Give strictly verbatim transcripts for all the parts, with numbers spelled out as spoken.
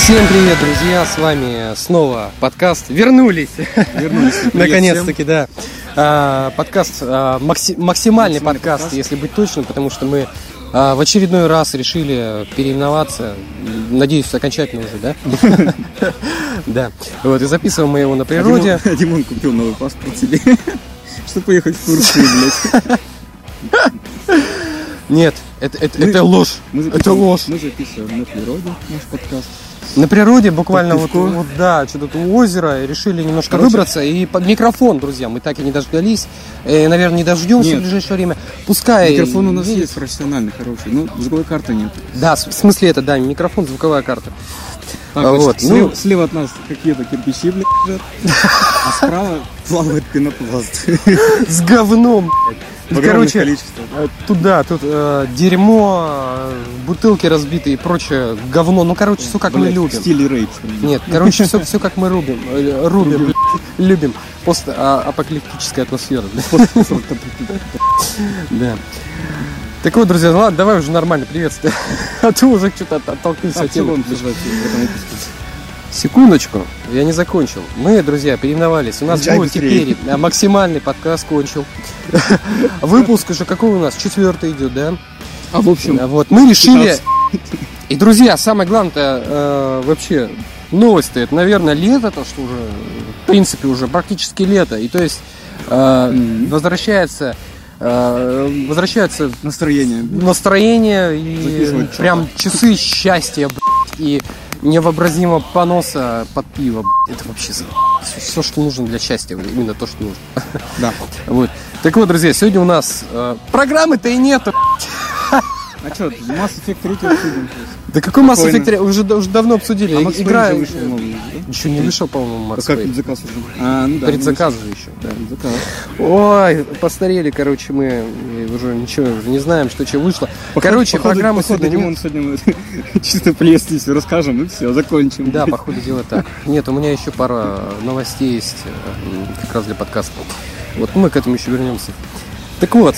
Всем привет, друзья! С вами снова подкаст. Вернулись! Вернулись. Наконец-таки, да. А, подкаст, а, макси- максимальный, максимальный подкаст, подкаст, если быть точным, потому что мы а, в очередной раз решили переименоваться. Надеюсь, окончательно уже, да? Да. Вот, и записываем мы его на природе. Димон купил новый паспорт себе, чтобы поехать в Турцию, блядь. Нет, это, это, мы, это ложь. Мы это ложь. Мы записываем на природе наш подкаст. На природе буквально вот, вот, да, что-то у озера, решили немножко Короче, выбраться. И под микрофон, друзья, мы так и не дождались. И, наверное, не дождемся Нет. в ближайшее время. Пускай... Микрофон у нас видит. Есть профессиональный, хороший, но звуковой карты нет. Да, в смысле это, да, микрофон, звуковая карта. Так, а вот, слева, ну... слева от нас какие-то кирпичи, блядь, лежат, а справа плавает пенопласт. С говном, блядь. Короче, количество. Туда, тут э, дерьмо, э, бутылки разбитые и прочее говно. Ну, короче, все как Блядь, мы любим. В стиле рейдж. Нет, короче, все, все как мы рубим. Э, рубим, блядь, любим. Постапокалиптическая атмосфера. Да. Так вот, друзья, ладно, давай уже нормально приветствие. А ты уже что-то оттолкнулся от темы. Секундочку, я не закончил. Мы, друзья, переименовались. У нас Чай будет быстрее. Теперь максимальный подкаст кончил. Выпуск уже какой у нас? Четвертый идет, да? А в общем, вот мы решили. И, друзья, самое главное э, вообще новость-то, это, наверное, лето, то что уже, в принципе, уже практически лето. И то есть э, mm-hmm. возвращается. Э, возвращается настроение. Настроение и прям часы счастья, блядь, и невообразимого поноса под пиво. Это вообще все, все, что нужно для счастья. Именно то, что нужно. Да. Вот. Так вот, друзья, сегодня у нас э, программы-то и нету. А что, Mass Effect три обсудим? Да какой Mass Effect три? Уже, уже давно обсудили. А Max Игра вышел новый, да? Еще не вышел, по-моему, Max а как предзаказ уже? А, ну да. Предзаказ же еще. Да, предзаказ. Ой, постарели, короче, мы уже ничего уже не знаем, что что вышло. Походу, короче, походу, программа походу, сегодня... Димон, сегодня мы чисто плесни все расскажем и все, закончим. Да, по ходу дела так. Нет, у меня еще пара новостей есть как раз для подкаста. Вот мы к этому еще вернемся. Так вот,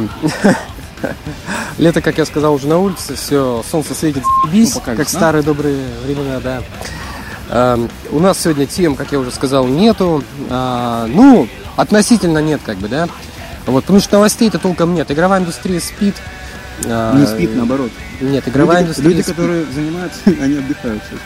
лето, как я сказал, уже на улице, все, солнце светит, бись, ну, как в старые добрые времена, да. А, у нас сегодня тем, как я уже сказал, нету. А, ну, относительно нет, как бы, да. Вот, потому что новостей-то толком нет. Игровая индустрия спит. А, не спит, наоборот. Нет, игровая люди, индустрия Люди, спит. которые занимаются, они отдыхают сейчас.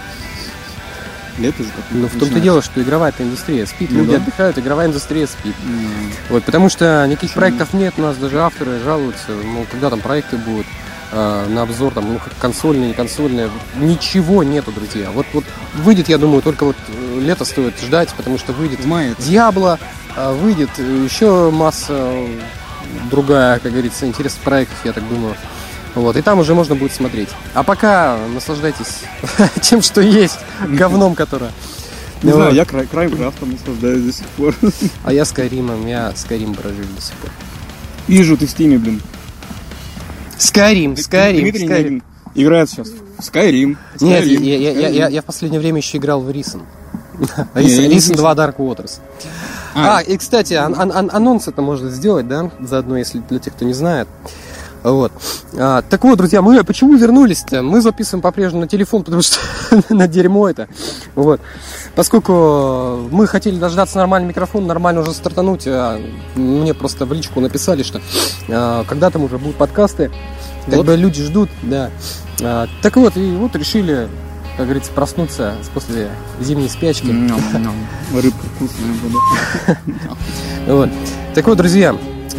Лето же как Ну, в том-то и дело, что игровая индустрия спит, ну, люди да? отдыхают, игровая индустрия спит. Mm. Вот, потому что никаких Почему? проектов нет, у нас даже авторы жалуются, мол, когда там проекты будут э, на обзор, там, ну, консольные, не консольные, ничего нету, друзья. Вот, вот выйдет, я думаю, только вот лето стоит ждать, потому что выйдет Диабло, э, выйдет еще масса другая, как говорится, интересных проектов, я так думаю. Вот, и там уже можно будет смотреть. А пока наслаждайтесь тем, что есть, говном, которое. Не знаю, я Краймкрафтом наслаждаюсь до сих пор. А я Скайримом, я Скайрим прожил до сих пор. Вижу, ты в Стиме, блин. Скайрим, Скайрим, Дмитрий Скайрим. Играет сейчас в Скайрим. Нет, я, я, я, я, я в последнее время еще играл в Risen. Risen два Dark Waters. А, а и, кстати, ан- ан- анонс это можно сделать, да, заодно, если для тех, кто не знает. Вот. А, так вот, друзья, мы почему вернулись-то? Мы записываем по-прежнему на телефон, потому что на дерьмо это. Вот. Поскольку мы хотели дождаться нормальный микрофон, нормально уже стартануть, а мне просто в личку написали, что а, когда там уже будут подкасты, как вот. бы люди ждут, да. А, так вот, и вот решили, как говорится, проснуться после зимней спячки. Рыбка вкусная была. Так вот, друзья,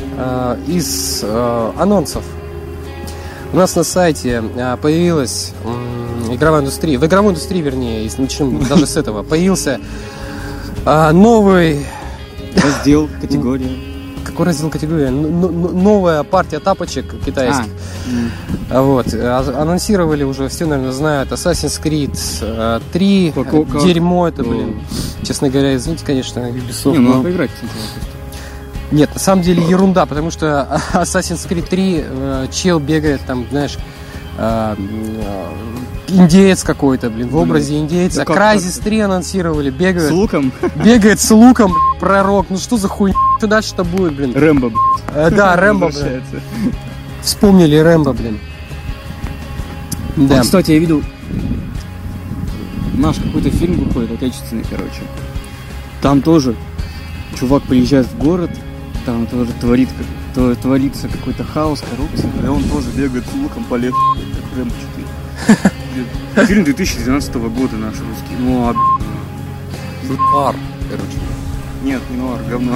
из э, анонсов у нас на сайте э, появилась э, игровая индустрия, в игровой индустрии, вернее, если начнем даже с этого, появился э, новый раздел, категория. Какой раздел, категория? Н- новая партия тапочек китайских. А, вот. Анонсировали уже, все, наверное, знают, Assassin's Creed три. Как-как? Дерьмо это, блин. Честно говоря, извините, конечно, Ubisoft. Не, ну надо поиграть. Нет, на самом деле ерунда, потому что Assassin's Creed три э, чел бегает там, знаешь, э, э, индеец какой-то, блин, в образе индейца. Да Crysis три анонсировали, бегает. С луком? Бегает с луком, блин, пророк. Ну что за хуйня? Что дальше-то будет, блин? Рэмбо, блин. Э, да, Рэмбо, блин. Вспомнили Рэмбо, блин. Да. А, кстати, я видел наш какой-то фильм выходит, отечественный, короче. Там тоже чувак приезжает в город, там тоже творит, то, творится какой-то хаос, коррупция, и он тоже бегает с луком по лесу, как Рэмбо четыре. Фильм две тысячи двенадцатого года наш русский. Ну, а... Нуар, короче. Нет, не нуар, говно.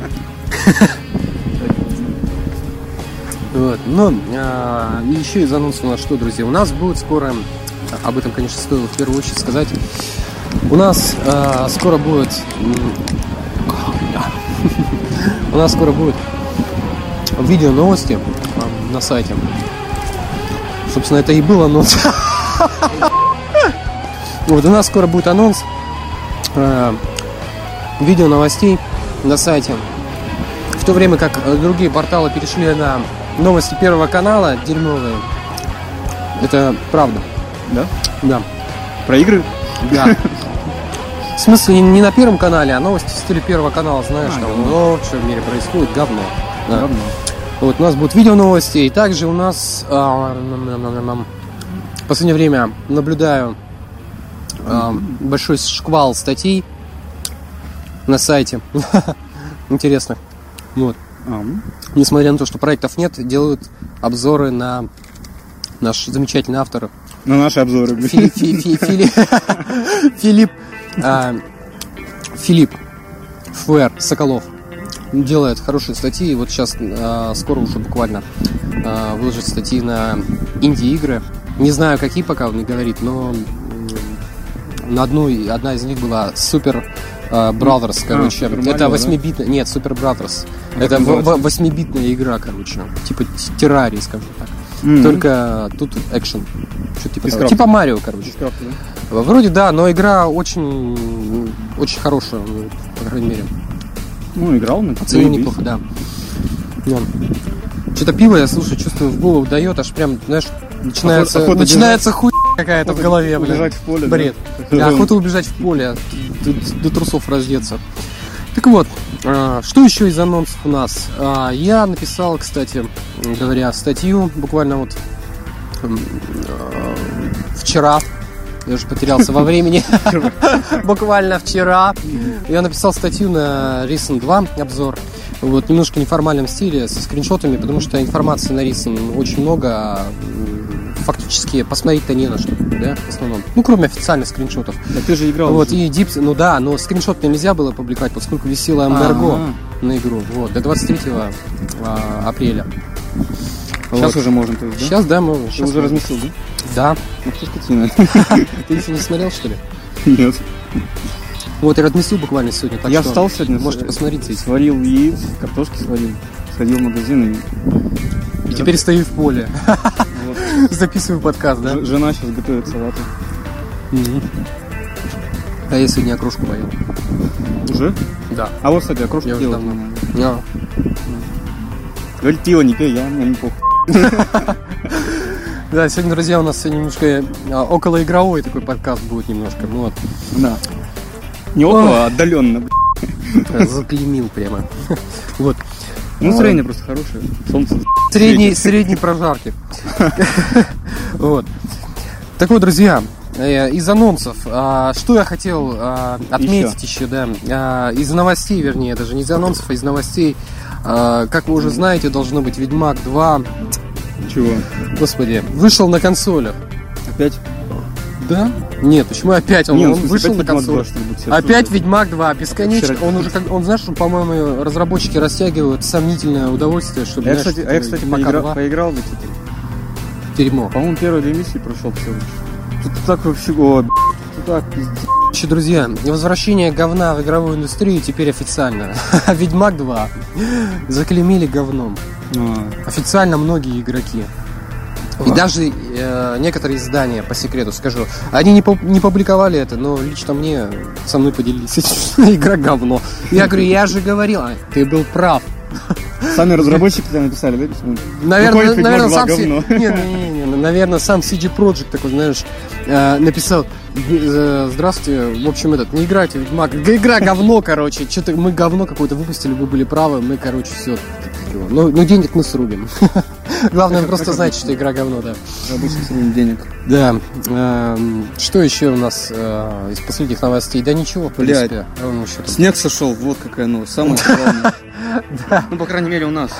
Вот. Ну, а, еще из анонсов у нас что, друзья? У нас будет скоро, об этом, конечно, стоило в первую очередь сказать, у нас а, скоро будет у нас скоро будет видео новости а, на сайте. Собственно, это и был анонс. Вот, у нас скоро будет анонс а, видео новостей на сайте. В то время как другие порталы перешли на новости Первого канала, дерьмовые. Это правда. Да? Да. Про игры? Да. В смысле, не на Первом канале, а новости в стиле Первого канала, знаешь, а, там, ну, что в мире происходит, говно. Да. Говно. Вот, у нас будут видео новости, и также у нас а, в последнее время наблюдаю а, большой шквал статей на сайте. Интересно. Вот. А-м. Несмотря на то, что проектов нет, делают обзоры на наш замечательный автор. На наши обзоры. Фили, фи, фи, фили, Филипп а, Филипп Фуэр Соколов делает хорошие статьи. Вот сейчас а, скоро уже буквально а, выложит статьи на инди-игры. Не знаю, какие пока он не говорит, но на одну, одна из них была Super Brothers, короче. А, это восьмибитная. Да? Нет, Super Brothers. А это восьмибитная игра, короче. Типа террарий, скажем так. Mm-hmm. Только тут экшен. Что типа того. Типа Марио, короче. Да? Вроде да, но игра очень очень хорошая, по крайней мере. Ну, играл на цене неплохо, да. Yeah. Что-то пиво, я слушаю, чувствую, в голову дает, аж прям, знаешь, начинается, охота начинается хуй какая-то охота в голове, блин. Убежать в поле. Бред. Да? Да, охота убежать в поле, до, до трусов раздеться. Так вот, что еще из анонсов у нас? Я написал, кстати говоря, статью буквально вот вчера. Я уже потерялся во времени. Буквально вчера. Я написал статью на Risen два, обзор. Вот, немножко в неформальном стиле, со скриншотами, потому что информации на Risen очень много, а фактически посмотреть-то не на что, да, в основном. Ну, кроме официальных скриншотов. Да ты же играл. Вот, уже. И Deep, ну да, но скриншот нельзя было публиковать, поскольку висело эмбарго А-а-а. на игру. Вот, до двадцать третьего апреля. Сейчас вот. Уже можно, то есть, да? Сейчас, да, можно. Ты уже разместил, да? Да. Ну, что скотина. Ты еще не смотрел, что ли? Нет. Вот, я разместил буквально сегодня. Так я что встал сегодня. Можете посмотреть здесь. Сварил яиц, картошки сварил. Сходил в магазин и... И теперь стою в поле. Вот. Записываю подкаст, да? Ж- жена сейчас готовит салаты. Mm-hmm. А я сегодня окрошку поел. Уже? Да. А вот, кстати, окрошку я делать. Я. Говорит, пиво не пей, я мне не похуй. Да, сегодня, друзья, у нас сегодня немножко околоигровой такой подкаст будет немножко. Вот. Да. Не около, а отдаленно. Заклеймил прямо. Вот. Ну, настроение просто хорошее. Солнце. Средней, средней прожарки. Вот. Так вот, друзья, из анонсов, что я хотел отметить еще, да, из новостей, вернее, даже не из анонсов, а из новостей. Как вы уже знаете, должно быть Ведьмак два. Чего? Господи, вышел на консолях. Опять? Да? Нет, почему опять? Он, Нет, он смысле, вышел на консолях. Опять Ведьмак два, бесконечно. Он уже, как, он, знаешь, по-моему, разработчики растягивают сомнительное удовольствие, чтобы... А я, знаешь, кстати, а я, кстати поиграл, поиграл в эти... Дерьмо. По-моему, первые две миссии прошел всего лишь. Тут так вообще... О, тут так, пиздец. Короче, друзья, возвращение говна в игровую индустрию теперь официально. Ведьмак два заклеймили говном. А. Официально многие игроки. И даже э, некоторые издания, по секрету скажу, они не, по- не публиковали это, но лично мне со мной поделились этим, что игра говно. Я говорю, я же говорил, а, ты был прав. Сами разработчики там написали, да? Наверное, ну, наверное, сам си... не, не, не, не, наверное, сам си ди Projekt такой, знаешь, э, написал: здравствуйте, в общем, этот, не играйте в Ведьмак. Игра говно, короче. Что-то мы говно какое-то выпустили, вы были правы, мы, короче, все. Ну, ну денег мы срубим. Главное, просто знать, что игра говно, да. Обычно срубим денег. Да. Что еще у нас из последних новостей? Да ничего, в принципе. Снег сошел, вот какая новость. Самое главное. Ну, по крайней мере, у нас.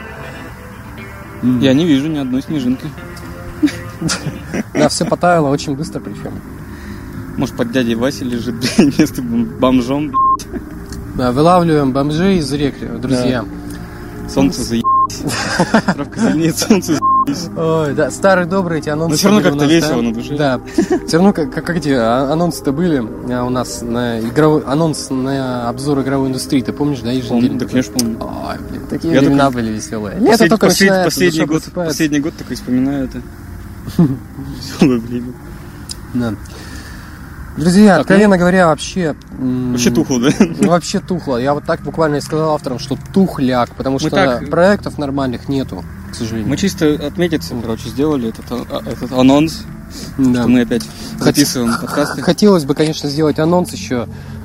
Я не вижу ни одной снежинки. Да, все потаяло очень быстро причем. Может, под дядей Васей лежит вместо бомжом. Да, вылавливаем бомжей из рек, друзья. Солнце заебись. Травка зеленеет, солнце заебись. Ой, да, старые добрые эти анонсы. Но все равно как-то весело на душе. Да, все равно как, как эти анонсы-то были у нас на игровой, анонс на обзор игровой индустрии. Ты помнишь, да, еженедельно? Да, конечно, помню. Ой, блин, такие Я времена только... были веселые. Лето только начинается, последний год, последний год такой вспоминаю это. Веселое время. Да. Друзья, так, откровенно ну, говоря, вообще... Вообще тухло, да? Вообще тухло. Я вот так буквально и сказал авторам, что тухляк, потому что так... проектов нормальных нету, к сожалению. Мы чисто отметиться, короче, сделали этот, этот анонс, да. Что мы опять записываем подкасты. Хотелось бы, конечно, сделать анонс еще,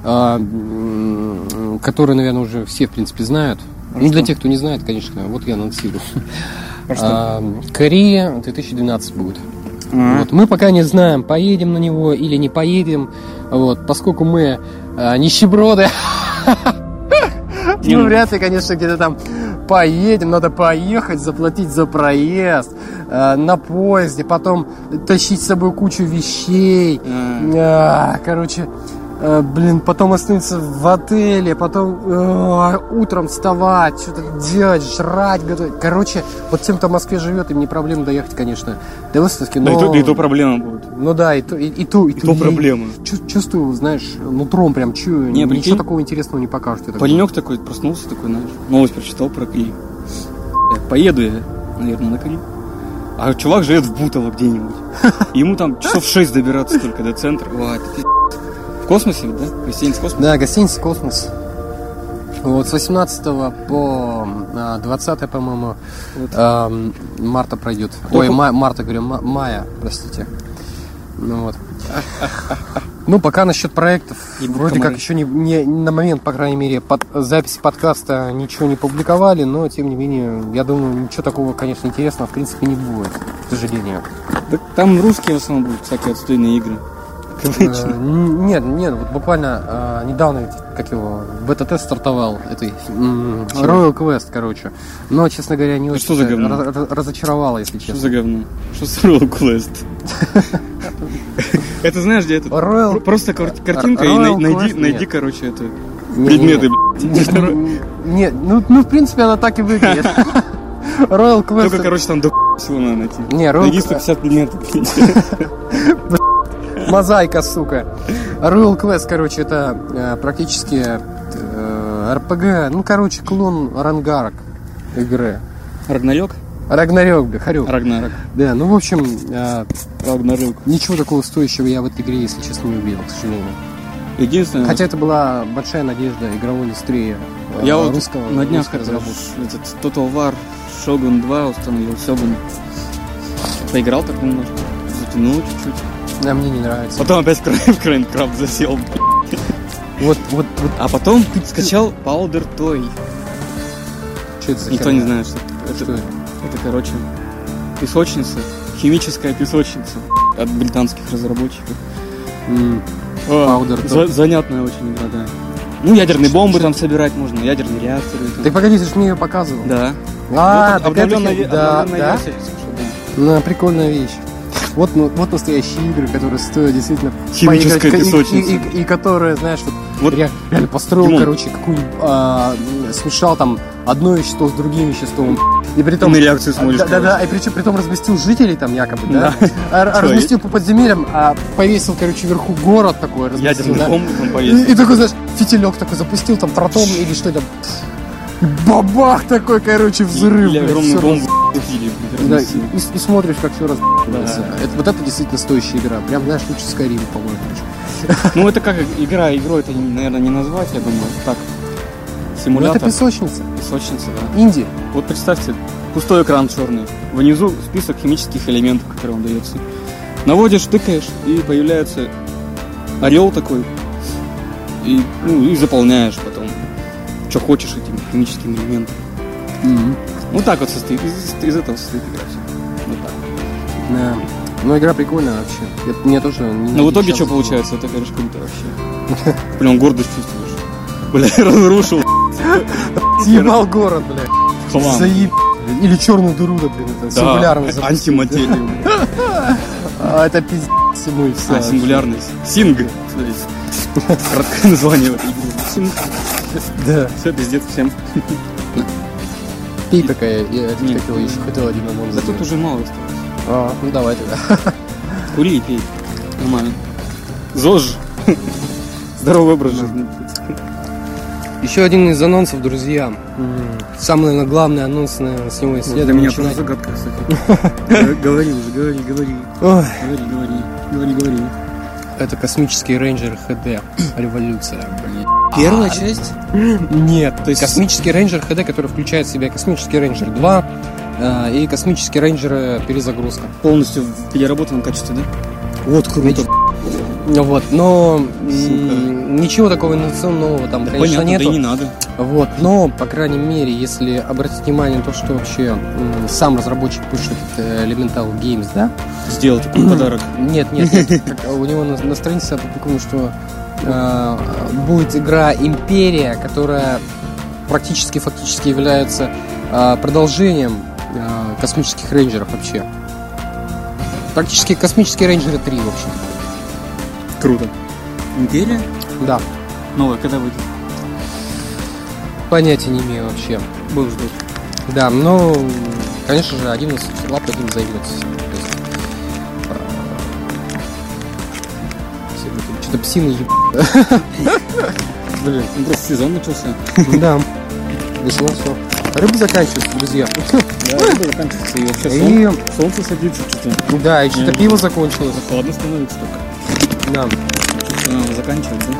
который, наверное, уже все, в принципе, знают. А ну, для тех, кто не знает, конечно, вот я анонсирую. А Корея две тысячи двенадцать будет. А-а-а. Вот. Мы пока не знаем, поедем на него или не поедем, вот, поскольку мы а, нищеброды. Мы вряд ли, конечно, где-то там поедем, надо поехать, заплатить за проезд на поезде, потом тащить с собой кучу вещей, короче... Блин, потом остановиться в отеле, потом э, утром вставать, что-то делать, жрать, готовить. Короче, вот тем, кто в Москве живет, им не проблема доехать, конечно, до выставки, но... Да и то, и то проблема будет. Ну да, и то, и, и то, и, и то проблема. Чувствую, знаешь, нутром прям чую, не, ничего прикинь, такого интересного не покажут. Паренек такой проснулся, такой, знаешь, новость прочитал про Корею. Поеду я, наверное, на Корею. А чувак живет в Бутово где-нибудь. Ему там часов шесть добираться только до центра. Ой, это в космосе, да? Гостиница «Космос»? Да, гостиница «Космос». Вот с восемнадцатого по двадцатое, по-моему, вот. э, марта пройдет. Кто Ой, ма- марта, говорю, ма- мая, простите. Ну вот. Ну, пока насчет проектов, и вроде как еще не, не на момент, по крайней мере, под, записи подкаста ничего не публиковали, но, тем не менее, я думаю, ничего такого, конечно, интересного, в принципе, не будет, к сожалению. Да, там русские в основном будут всякие отстойные игры. Э, нет, нет, вот буквально э, недавно, как его, бета-тест стартовал, этой м- Royal Quest, короче. Но, честно говоря, не а очень что за говно? Раз- разочаровало, если честно. Что за говно? Что с Royal Quest? Это знаешь, где это? Просто картинка и найди, короче, это предметы, блядь. Нет, ну, в принципе, она так и выглядит. Royal Quest. Только, короче, там до всего надо найти. Не, Royal Найди сто пятьдесят предметов. Мозаика, сука. Royal Quest, короче, это э, практически э, эр пи джи, ну, короче, клон Рангарок игры. Рагнарёк? Рагнарёк, бля, хорёк. Рагнарёк. Да, ну, в общем, э, Рагнарёк. Ничего такого стоящего я в этой игре, если честно, не увидел, к сожалению. Единственное... Хотя это была большая надежда игровой индустрии э, я русского. Вот на днях этот Total War Shogun два установил, Shogun. Поиграл так немножко, затянул чуть-чуть. А мне не нравится. Потом опять в Крайнкрафт засел. Вот, вот, вот. А потом ты скачал Powder Toy. Что это за Никто херня? не знает, что это. Что это? Это, короче, песочница, химическая песочница от британских разработчиков. Mm. О, Powder Toy. За- занятная очень игра, да. Ну, ядерные бомбы там собирать можно, ядерные реакторы. Там. Так погоди, ты же мне ее показывал. Да. А, вот обновленная, это... да, обновленная да? версия. Да. Ну, прикольная вещь. Вот, ну, вот настоящие игры, которые стоят действительно химическая поиграть, песочница. И, и, и, и которые, знаешь, вот, вот ре, реально построил, Димон. короче, какую-нибудь а, смешал там одно вещество с другим веществом. И при том, на реакцию смотришь. Да, да, да, и причем при том разместил жителей там якобы, да? да. А, разместил по подземельям, а повесил, короче, вверху город такой. Ядерный да? бомбу там повесил. И, и такой, знаешь, фитилек такой запустил, там протон или что там. И бабах такой, короче, взрыв. Или огромную бомбу. Да, и, и смотришь, как все разбивается. Да. Это, вот это действительно стоящая игра. Прям, знаешь, лучше Skyrim, по-моему. Ну, это как игра, игрой это, наверное, не назвать, я думаю. Так, симулятор. Ну, это песочница. Песочница, да. Инди. Вот представьте, пустой экран черный. Внизу список химических элементов, которые вам дается. Наводишь, тыкаешь, и появляется орел такой. И, ну, и заполняешь потом, что хочешь этим химическим элементом. Mm-hmm. Вот так вот состоит. Из, из этого состоит игра все. Вот так. Да. Ну, игра прикольная вообще. Я, мне тоже не Но в итоге что получается? Это, конечно, круто вообще. Прям гордость чувствуешь. Бля, разрушил. Съебал город, бля. Заеб... Или черную дыру, да, блин, это сингулярно запустил. Антиматерию. А, это пиздец ему и все. А, сингулярность. Синг. Краткое название в этой игре. Синг. Да. Все, пиздец всем. Пей такая, я хотел еще хотел один анонс. Да тут уже мало осталось. А, ну давай тогда. Кури и пей. Нормально. ЗОЖ. Здоровый образ жизни. Еще один из анонсов, друзья. Самый, наверное, главный анонс, наверное, с него исследования. Для меня тоже загадка, кстати. Говори уже, говори, говори. Говори, говори, говори, говори. Это космический рейнджер ХД. Революция. Первая часть? Нет. То есть космический рейнджер ХД, который включает в себя космический рейнджер два и космический рейнджер перезагрузка. Полностью в переработанном качестве, да? Вот круто. Вот, но м- ничего такого инновационного там, конечно, понятно, нету. Да и не надо. Вот, но, по крайней мере, если обратить внимание на то, что вообще м- сам разработчик пишет э, Elemental Games, да? Сделал такой подарок. Нет, нет, нет. Как у него на, на странице опубликовано, что э, будет игра Империя, которая практически, фактически является э, продолжением э, космических рейнджеров вообще. Практически космические рейнджеры три, в общем. Круто. Империя? Да. Новая, когда выйдет? Понятия не имею вообще. Будем ждать. Да, но, конечно же, одиннадцать числа этим займется. То есть, а, что-то псины еб... Блин. Ну, просто сезон начался. Да. Весело все. Рыба заканчивается, друзья. Да, рыба заканчивается. И вообще И... солнце, солнце садится что-то. Да, и что-то пиво закончилось. Холодно становится только. Да. А, заканчивать, да?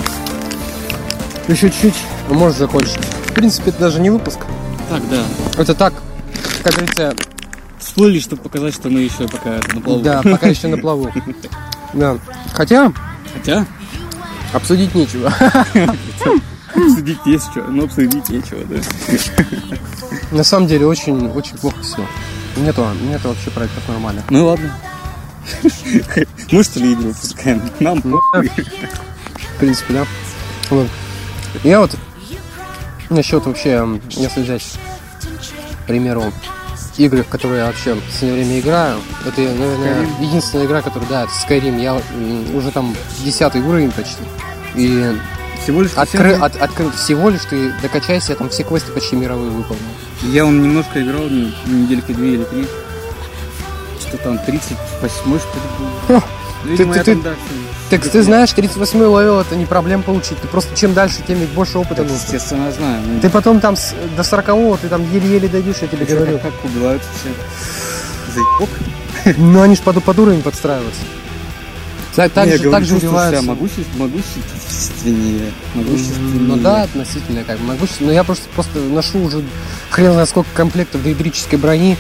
Еще чуть-чуть, может закончить. В принципе, это даже не выпуск. Так, да. Это так, как говорится... Всплыли, чтобы показать, что мы еще пока на плаву. Да, пока еще на плаву. Да. Хотя... Хотя... Обсудить нечего. Обсудить есть что, но обсудить нечего, да. На самом деле, очень, очень плохо все. Нету, нету вообще проектов нормально. Ну ладно. Мы что ли игру выпускаем? Нам похуй. В принципе, да. Вот. Я вот насчет вообще, если взять, к примеру, игры, в которые я вообще в последнее время играю, это, наверное, Skyrim. Единственная игра, которая, да, это Skyrim. Я уже там десятый уровень почти. И всего лишь откры, от, открыл всего лишь, ты докачайся, я там все квесты почти мировые выполнил. Я он немножко играл, ну, недельки две или три. Что там, тридцать восьмой, что ли, был. Видимо, ты, я ты, там, да, так ты знаешь, тридцать восьмой левел это не проблем получить. Ты просто чем дальше, тем ведь больше опыта нужно. Естественно, знаю. Но... Ты потом там с, до сорокового ты там еле-еле дойдешь, я тебе ты говорю. Как, как убиваются все. Заебок. Ну они ж под, под уровень подстраиваются. Так, так, не, же, говорю, так же убиваются. Могущественнее. Могущественнее. Могущественнее. Ну да, относительно как бы могущественнее. Но я просто, просто ношу уже хрен знает сколько комплектов доэдрической брони.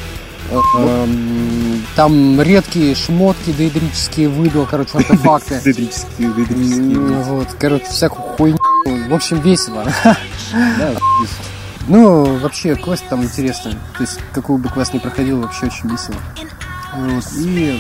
Там редкие шмотки доэдрические выдал, короче, артефакты. Доэдрические, доэдрические. Вот, короче, всякую хуйню. В общем, весело. Да, ну, вообще, квест там интересный. То есть, какой бы квест ни проходил, вообще очень весело. Вот. И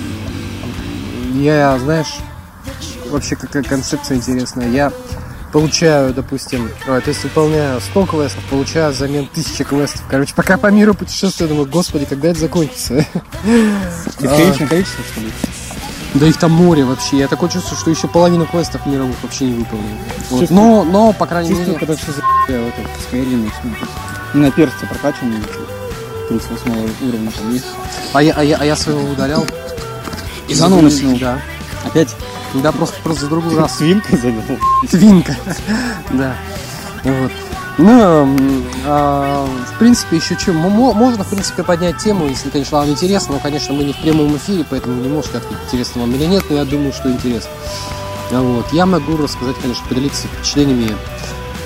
я, знаешь, вообще какая концепция интересная. Я получаю, допустим, то есть выполняю сто квестов, получаю взамен тысячи квестов. Короче, пока по миру путешествую, думаю, господи, когда это закончится? Бесконечное количество, что ли? Да их там море вообще. Я такое чувствую, что еще половину квестов мировых вообще не выполнил. Вот. Но, но, по крайней чувствую, мере... когда все за***я в этом Skyrim. На персте прокачанный тридцать восьмого уровня там есть. А я, а я, а я своего удалял. И заново начал. Да. Опять? Да, просто, просто за другой раз. Свинка завел. Свинка. Да. Вот. Ну, а, в принципе, еще что, можно, в принципе, поднять тему, если, конечно, вам интересно, но, конечно, мы не в прямом эфире, поэтому не можете ответить, интересно вам или нет, но я думаю, что интересно. Вот. Я могу рассказать, конечно, поделиться впечатлениями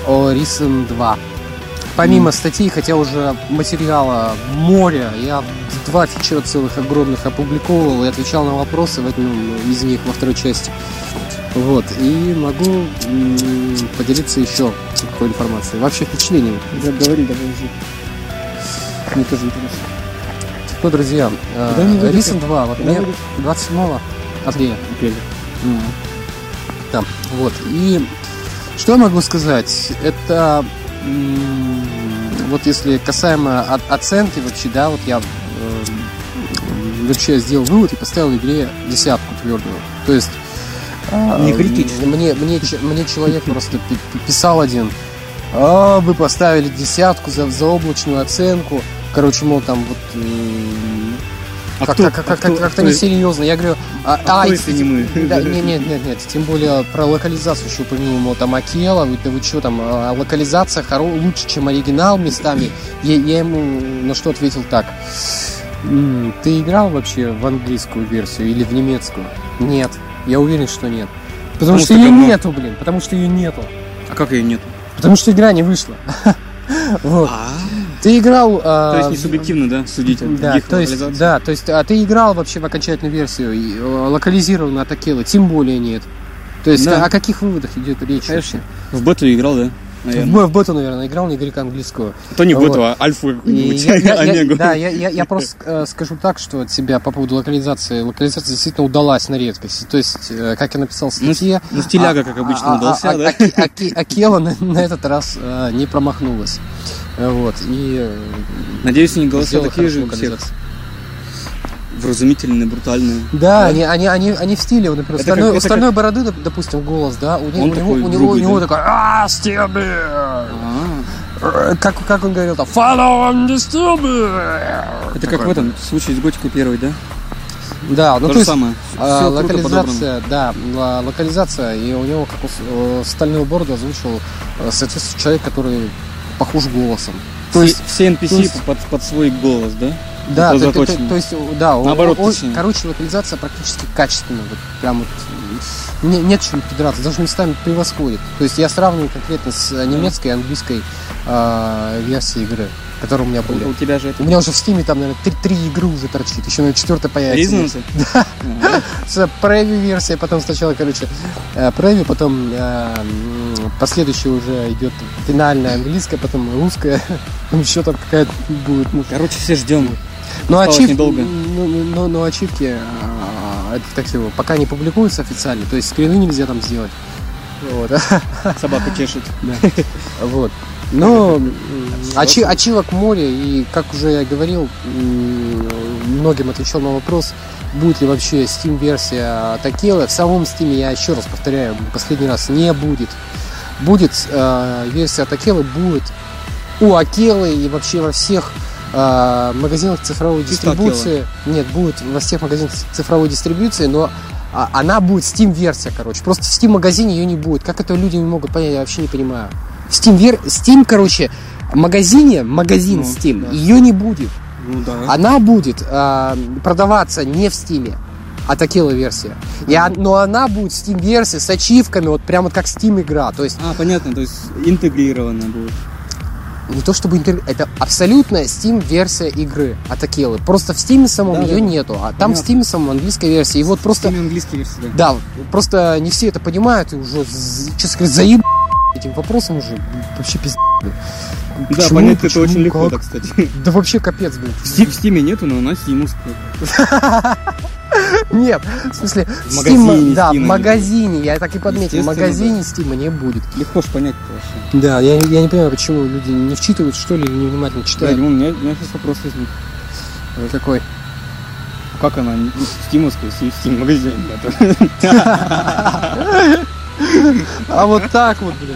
о Risen два. Помимо mm. статей, хотя уже материала море, я два фичера целых огромных опубликовал и отвечал на вопросы в одном из них, во второй части. Вот, и могу м- поделиться еще какой информацией. Вообще впечатлением. Да, говори, давай уже. Мне тоже интересно. Ну, друзья, э, Risen два, вот мне двадцать седьмого апреля. Апреля. Mm. Да, вот, и что я могу сказать? Это... Вот если касаемо оценки вообще, да, вот я э, вообще сделал вывод и поставил игре десятку твердую. То есть не э, критично. Мне, мне, мне человек просто писал один: а, вы поставили десятку за, за облачную оценку. Короче, мол, там вот а как-то, кто, как, а как, как-то несерьезно. Я говорю, а, а, а если не мы? Да, нет, нет, нет, нет. Тем более про локализацию еще упомянул, мол, там Акела, вы, да вы что там, локализация хоро- лучше, чем оригинал местами. Я, я ему на что ответил так: м-м, ты играл вообще в английскую версию или в немецкую? Нет. Я уверен, что нет. Потому, потому что, что ее говно. нету, блин. Потому что ее нету. А как ее нету? Потому что игра не вышла. Вот. Ты играл... То есть не субъективно, да, судить от да, других то есть, да, то есть, а ты играл вообще в окончательную версию, и, локализированную от Акелы, тем более нет. То есть, да. О каких выводах идет речь? Конечно. В бету играл, да? В, в бету, наверное, играл, не говори английскую. То не в бету, а альфу какую-нибудь, омегу. Да, я, я, я просто э, скажу так, что от себя по поводу локализации. Локализация действительно удалась на редкость. То есть, э, как я написал в статье... Ну, ну стиляга, а, как обычно, а, удался, а, а, да? А, а, Акела на, на этот раз э, не промахнулась. Вот, и... Надеюсь, они голоса такие же у всех. Вразумительные, брутальные. Да, да. Они, они, они, они в стиле, вот, например, стальной, как, у стальной как... бороды, допустим, голос, да, у, него, у, него, у, него, у него такой а стилби. Как, как он говорил там, follow on the stupid. Это как в этом случае с Готикой первой, да? Да, ну то, то же есть самое. А, локализация, да, локализация, и у него как у стальную бороду озвучил соответствующий человек, который похож голосом. То есть все эн пи си есть... под, под свой голос, да? Да, то, то, то, то есть, да, наоборот, он, он, короче, локализация практически качественная, вот прям вот, не, нет чем придраться, даже местами превосходит. То есть я сравниваю конкретно с немецкой и английской э, версией игры, которые у меня были. У тебя же это... У меня уже в Steam там, наверное, три, три игры уже торчит, еще на четвертая появится. Ризнулся? Да. С превью-версия, потом сначала, короче, превью, потом э, последующая уже идет финальная английская, потом русская, там еще там какая-то будет. Ну, короче, все ждем. Но, ачив... ну, ну, ну, ачивки а, это так его, пока не публикуются официально, то есть скрины нельзя там сделать. Вот. Собаку чешет. Да. Вот. Но ачи... ачивок море, и как уже я говорил, многим отвечал на вопрос, будет ли вообще Steam-версия Акелы. В самом Steam, я еще раз повторяю, последний раз, не будет. Будет э, версия Акелы, будет у Акелы и вообще во всех в магазинах цифровой дистрибуции. Нет, будет во всех магазинах цифровой дистрибуции, но а, она будет Steam-версия, короче. Просто в Steam-магазине ее не будет. Как это люди не могут понять, я вообще не понимаю. В Steam, вер... Steam, короче, в магазине, магазин ну, Steam, да. Ее не будет. Ну, да. Она будет а, продаваться не в Steam, а Акела версия. И, а, но она будет Steam-версия с ачивками, вот прям вот как Steam-игра. То есть... А, понятно, то есть интегрированная будет. Не то чтобы интервью, это абсолютная Steam-версия игры от Акелы. Просто в Steam самом да, ее да, нету, а там понятно. В Steam самом английская версия. И вот в просто... английская версия, да. Да, просто не все это понимают и уже, честно говоря, заеб... этим вопросом уже вообще пиздец. Да, почему, понять почему, это очень легко, да, кстати. Да вообще капец, блин. В Steam нету, но у нас стимовская. Нет, в смысле, в магазине, да, в магазине, я так и подметил, в магазине Стима не будет. Легко ж понять вообще. Да, я, я не понимаю, почему люди не вчитывают, что ли, или невнимательно читают. Да, у меня, у меня сейчас вопрос возник. Какой? Как она, стимовская, в Steam-магазине? А вот так вот, блин.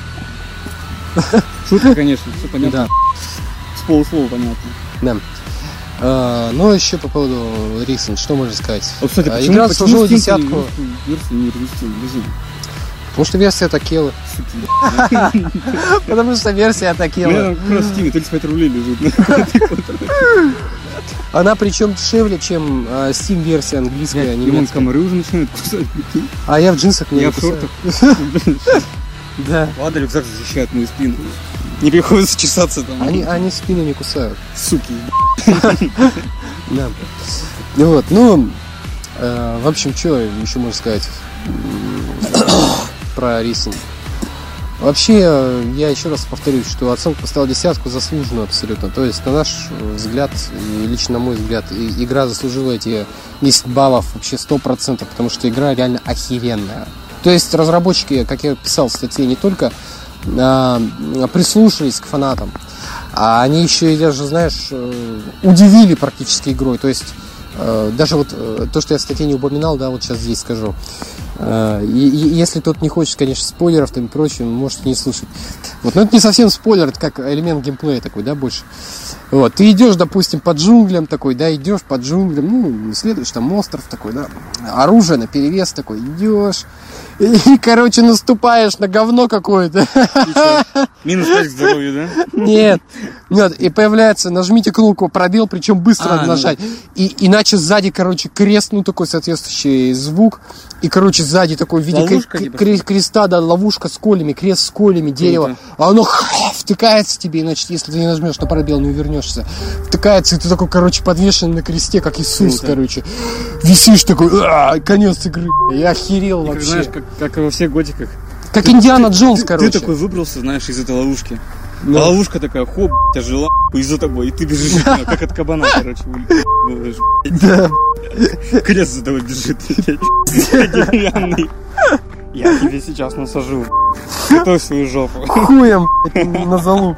Шутка, конечно, все понятно. С полуслова понятно. Да. Uh, ну, еще по поводу Risen, что можно сказать? Вот, кстати, почему, игра почему служила десятку. Версию не регистрируем? Потому что версия от Акелы. Потому что версия от Акелы. У меня как раз в Steam тридцать пять рублей лежит. Она причем дешевле, чем Steam-версия английская, немецкая. Комары уже начинают кусать. А я в джинсах не Я в шортах. Да. Ладно, рюкзак защищает мою спину. Не приходится чесаться там. Они, они спину не кусают. Суки. Да. Вот, ну, э, в общем, что еще можно сказать про Рисон? Вообще, я еще раз повторюсь, что оценку поставил десятку заслуженную абсолютно. То есть, на наш взгляд, и лично на мой взгляд, игра заслужила эти десять баллов вообще сто процентов, потому что игра реально охеренная. То есть, разработчики, как я писал в статье, не только а, прислушались к фанатам, а они еще, я же, знаешь, удивили практически игрой. То есть, даже вот то, что я в статье не упоминал, да, вот сейчас здесь скажу. И, и, если тот не хочет, конечно, спойлеров там и прочее, можете не слушать. Вот, но это не совсем спойлер, это как элемент геймплея такой, да, больше. Вот, ты идешь, допустим, по джунглям такой, да, идешь по джунглям, ну, исследуешь там остров такой, да, оружие наперевес такой, идешь, и, и, короче, наступаешь на говно какое-то. Минус пять к здоровью, да? Нет, нет, и появляется, нажмите кнопку пробел, причем быстро а, надо нажать. Ну... И, иначе сзади, короче, крест, ну, такой соответствующий звук, и, короче, сзади такой в виде ловушка, к- к- креста, да, ловушка с колями, крест с колями, дерево, а оно втыкается тебе, иначе, если ты не нажмешь на пробел, не увернешься. Втыкается, и ты такой, короче, подвешен на кресте, как Иисус, круто. Короче. Висишь такой, а, конец игры. Я охерел и, вообще. Знаешь, как, как во всех готиках. Как ты, Индиана ты, Джонс, ты, короче. Ты такой выбрался, знаешь, из этой ловушки. Да. А ловушка такая, хоп, тяжела, и за тобой, и ты бежишь, как от кабана, короче. Да. Крест за тобой бежит. Деревянный. Я тебе сейчас насажу. Готовь свою жопу. Хуем, на залуп.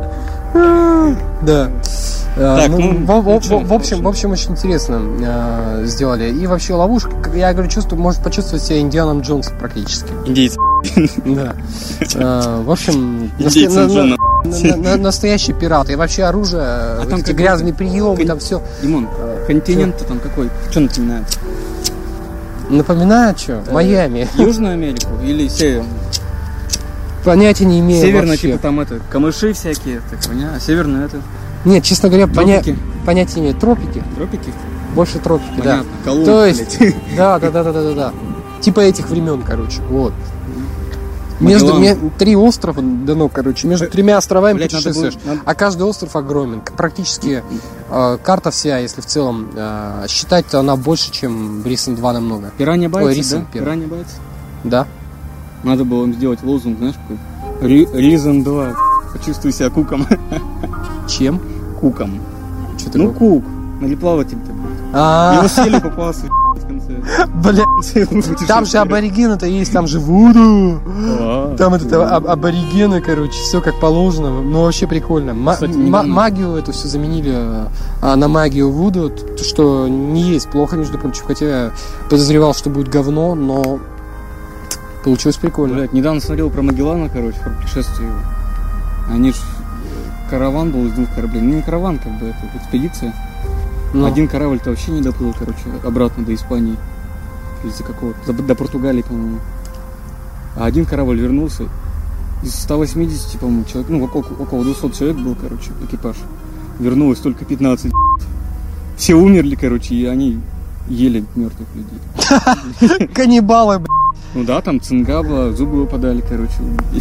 Да. Так, ну, ну, в, в, в, в, общем, в общем, очень интересно э, сделали. И вообще ловушка, я говорю, чувствую, может почувствовать себя Индианом Джонсом практически. Индейец. Да. Э, в общем, насто... на, на, на, на, настоящий пират. И вообще оружие, а вот эти грязные приемы, кон... там все. Димон, континент-то там какой? Что напоминает? Напоминает что? Э, Майами. Южную Америку или Северную? Понятия не имею. Северная, типа там это, камыши всякие, так понял? А северная это? Нет, честно говоря, поня... понятия не имею. Тропики. Тропики? Больше тропики, понятно. да. Колумб, то есть, да, да, да, да, да, да, да. Типа этих времен, короче, вот. Между ме... три острова дано, короче, между тремя островами блядь, путешествуешь, надо было... а каждый остров огромен. Практически э, карта вся, если в целом э, считать, то она больше, чем в Рисон два намного. Пиранья Байтс, да? Пиранья Байтс? Да. Надо было им сделать лозунг, знаешь, какой? Рисон два. Почувствуй себя куком. Чем? Куком. Что ну, кук. Мореплаватель-то. А-а-а. Его съели папуасы в конце. Блядь. Там же аборигены-то есть, там же вуду. Там это аборигены, короче, все как положено. Ну, вообще прикольно. Магию эту все заменили на магию вуду, что не есть плохо, между прочим. Хотя я подозревал, что будет говно, но получилось прикольно. Блядь, недавно смотрел про Магеллана, короче, про путешествие его. Они ж... Караван был из двух кораблей. Ну, не караван, как бы, это экспедиция. Но. Один корабль-то вообще не доплыл, короче, обратно до Испании. Из-за какого-то... До Португалии, по-моему. А один корабль вернулся. Из ста восьмидесяти, по-моему, человек... Ну, около, около двухсот человек был, короче, экипаж. Вернулось только пятнадцать. Все умерли, короче, и они ели мертвых людей. Каннибалы, блядь. Ну да, там цинга была, зубы выпадали, короче,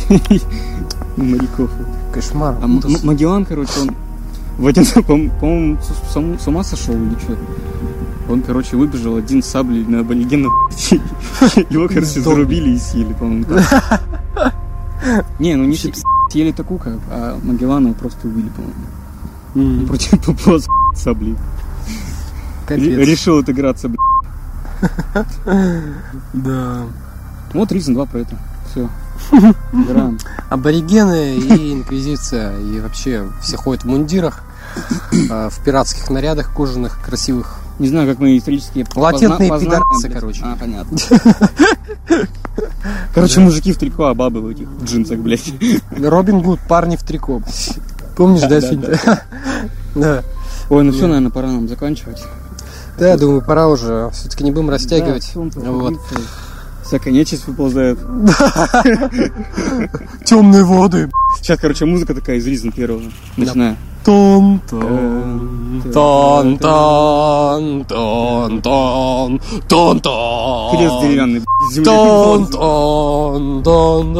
у моряков. Кошмар. А М- Магеллан, короче, он в один, по-моему, с ума сошел или что? Он, короче, выбежал один с саблей на аборигенов. Его, короче, зарубили и съели, по-моему. Не, ну не съели Такука, а Магеллана просто убили, по-моему. Против папуас саблей. Решил отыграться, блядь. Да. Вот Рисон два про это. Все. Играем. Аборигены и инквизиция. И вообще все ходят в мундирах, в пиратских нарядах кожаных, красивых. Не знаю, как мы исторические... Латентные позна... пидорасы, а, короче. А, понятно. Короче, мужики в трико, а бабы в этих джинсах, блядь. Робин Гуд, парни в трико. Помнишь, да, фильм? Да. Ой, ну все, наверное, пора нам заканчивать. Да, я думаю, пора уже. Все-таки не будем растягивать. Вот. Всякая нечисть выползает. Темные воды. Сейчас, короче, музыка такая из Рисон первого. Начинаю. Тон-тон, тон-тон, тон-тон, тон-тон. Крест деревянный, земля. Тон-тон, тон.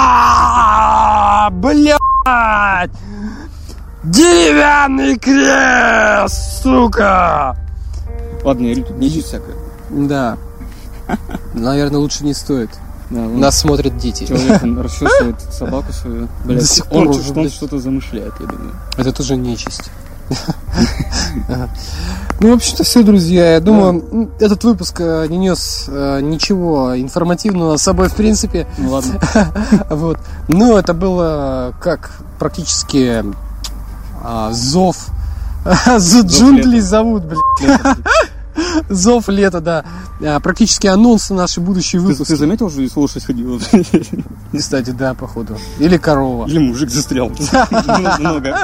Блядь! Деревянный крест, сука! Ладно, я тут нечисть всякая. Да. Наверное, лучше не стоит. Да, нас смотрят дети. Человек расчесывает собаку свою. Блядь, до сих пор он, уже, он блядь. что-то замышляет, я думаю. Это тоже нечисть. Ну, в общем-то, все, друзья. Я думаю, этот выпуск не нес ничего информативного с собой, в принципе. Ну ладно. Вот. Но это было как практически а, зов. За джунгли зовут, блядь. Зов лета, да. А, практически анонс на наши будущие Ты, выпуски. ты заметил, что из лошадь ходила? Кстати, да, походу. Или корова. Или мужик застрял. Много.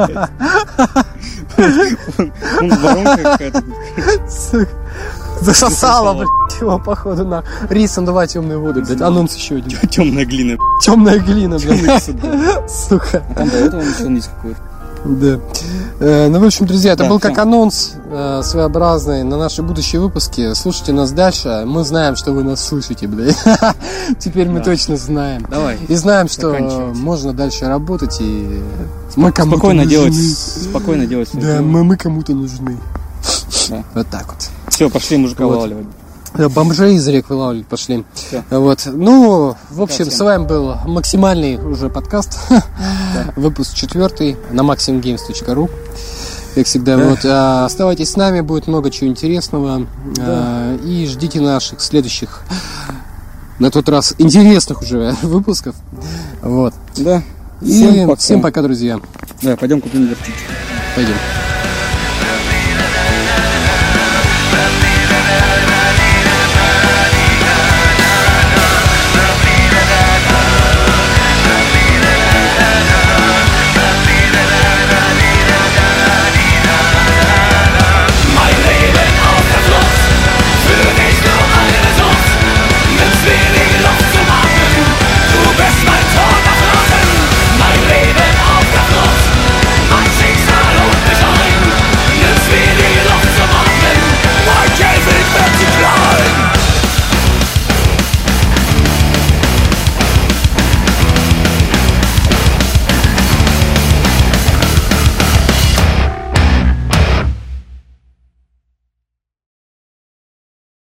Он воронка какая-то. Засосала, блядь, его, походу, на рисом давай темные воды, блядь. Анонс еще один. Темная глина. Темная глина, блядь. Сука. Там до этого начал низ какой-то. Да. Э, ну, в общем, друзья, это Да, был всё. как анонс э, своеобразный на наши будущие выпуски. Слушайте нас дальше. Мы знаем, что вы нас слышите, блядь. Теперь мы Да. точно знаем. Давай. И знаем, что Заканчивать. можно дальше работать, и мы кому-то Спокойно нужны. делать, спокойно делать свое Да, дело. мы, мы кому-то нужны. Да. Вот так вот. Все, пошли мужика Вот. вылавливать. Да, бомжей из рек вылавливать пошли. Всё. Вот. Ну, в общем, всем. с вами был максимальный уже подкаст. Выпуск четвертый на максимум геймс точка ру. Как всегда, Да. вот. а, оставайтесь с нами, будет много чего интересного. А, и ждите наших следующих, на тот раз, интересных уже выпусков. Вот. Да. И Всем пока. всем пока, друзья. Да, пойдем купим вертичку. Пойдем.